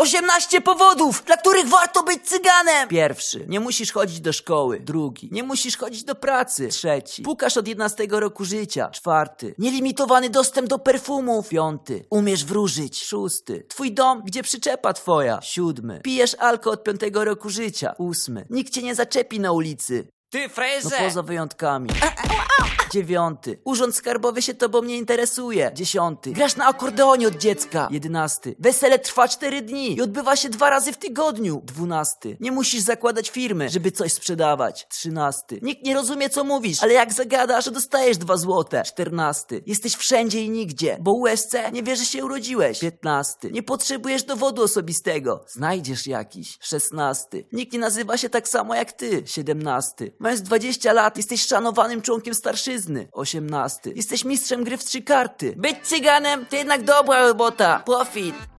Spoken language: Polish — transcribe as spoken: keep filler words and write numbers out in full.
osiemnaście powodów, dla których warto być cyganem. Pierwszy. Nie musisz chodzić do szkoły. Drugi. Nie musisz chodzić do pracy. Trzeci. Pukasz od jedenastego roku życia. Czwarty. Nielimitowany dostęp do perfumów. Piąty. Umiesz wróżyć. Szósty. Twój dom, gdzie przyczepa twoja. Siódmy. Pijesz alko od piątego roku życia. Ósmy. Nikt cię nie zaczepi na ulicy. Ty, frajerze! No poza wyjątkami. Dziewiąty. Urząd skarbowy się tobą nie interesuje. Dziesiąty. Grasz na akordeonie od dziecka. Jedenasty. Wesele trwa cztery dni i odbywa się dwa razy w tygodniu. Dwunasty. Nie musisz zakładać firmy, żeby coś sprzedawać. Trzynasty. Nikt nie rozumie, co mówisz, ale jak zagadasz, dostajesz dwa złote. Czternasty. Jesteś wszędzie i nigdzie, bo U S C nie wie, że się urodziłeś. Piętnasty. Nie potrzebujesz dowodu osobistego. Znajdziesz jakiś. Szesnasty. Nikt nie nazywa się tak samo jak ty. Siedemnasty. Mając dwadzieścia lat, jesteś szanowanym członkiem starszyzny. Osiemnasty. Jesteś mistrzem gry w trzy karty. Być cyganem to jednak dobra robota. Profit.